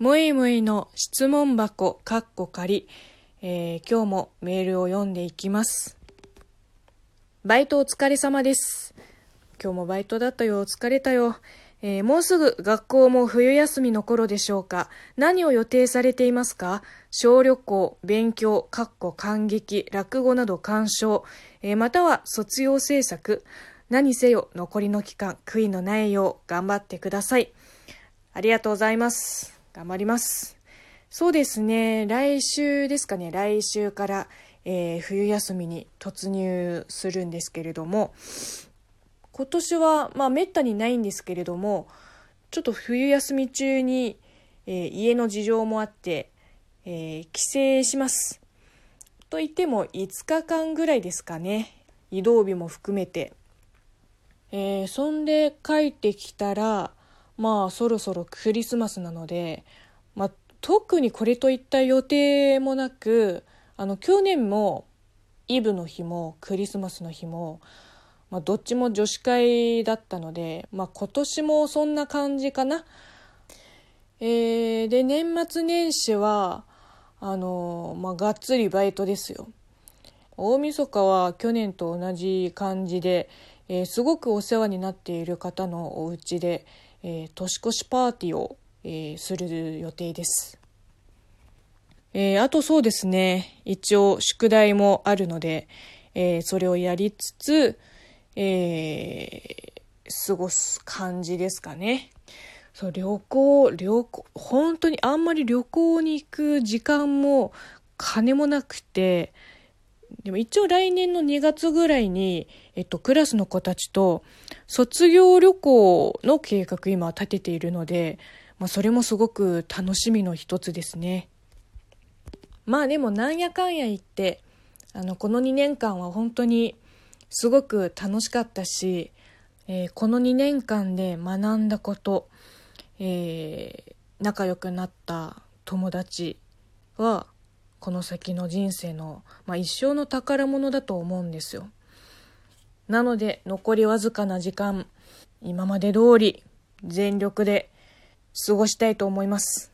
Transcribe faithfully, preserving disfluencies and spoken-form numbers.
もいもいの質問箱かっこ仮、えー、今日もメールを読んでいきます。バイトお疲れ様です。今日もバイトだったよ、疲れたよ。えー、もうすぐ学校も冬休みの頃でしょうか。何を予定されていますか？小旅行、勉強、かっこ感激、落語など鑑賞、えー、または卒業制作。何せよ残りの期間悔いのないよう頑張ってください。ありがとうございます。頑張ります。そうですね、来週ですかね、来週から、えー、冬休みに突入するんですけれども、今年はまあめったにないんですけれども、ちょっと冬休み中に、えー、家の事情もあって、えー、帰省します。と言ってもいつかかんぐらいですかね、移動日も含めて。えー、そんで帰ってきたら、まあそろそろクリスマスなので、まあ、特にこれといった予定もなく、あの去年もイブの日もクリスマスの日も、まあ、どっちも女子会だったので、まあ、今年もそんな感じかな。えー、で年末年始はあの、まあ、がっつりバイトですよ。大晦日は去年と同じ感じで、えー、すごくお世話になっている方のお家で、えー、年越しパーティーを、えー、する予定です。えー、あとそうですね、一応宿題もあるので、えー、それをやりつつ、えー、過ごす感じですかね。そう旅行旅行本当にあんまり旅行に行く時間も金もなくて、でも一応来年のにがつぐらいに、えっと、クラスの子たちと卒業旅行の計画今立てているので、まあ、それもすごく楽しみの一つですね。まあでもなんやかんや言ってあのこのにねんかんは本当にすごく楽しかったし、えー、このにねんかんで学んだこと、えー、仲良くなった友達はこの先の人生の、まあ、一生の宝物だと思うんですよ。なので残りわずかな時間、今まで通り全力で過ごしたいと思います。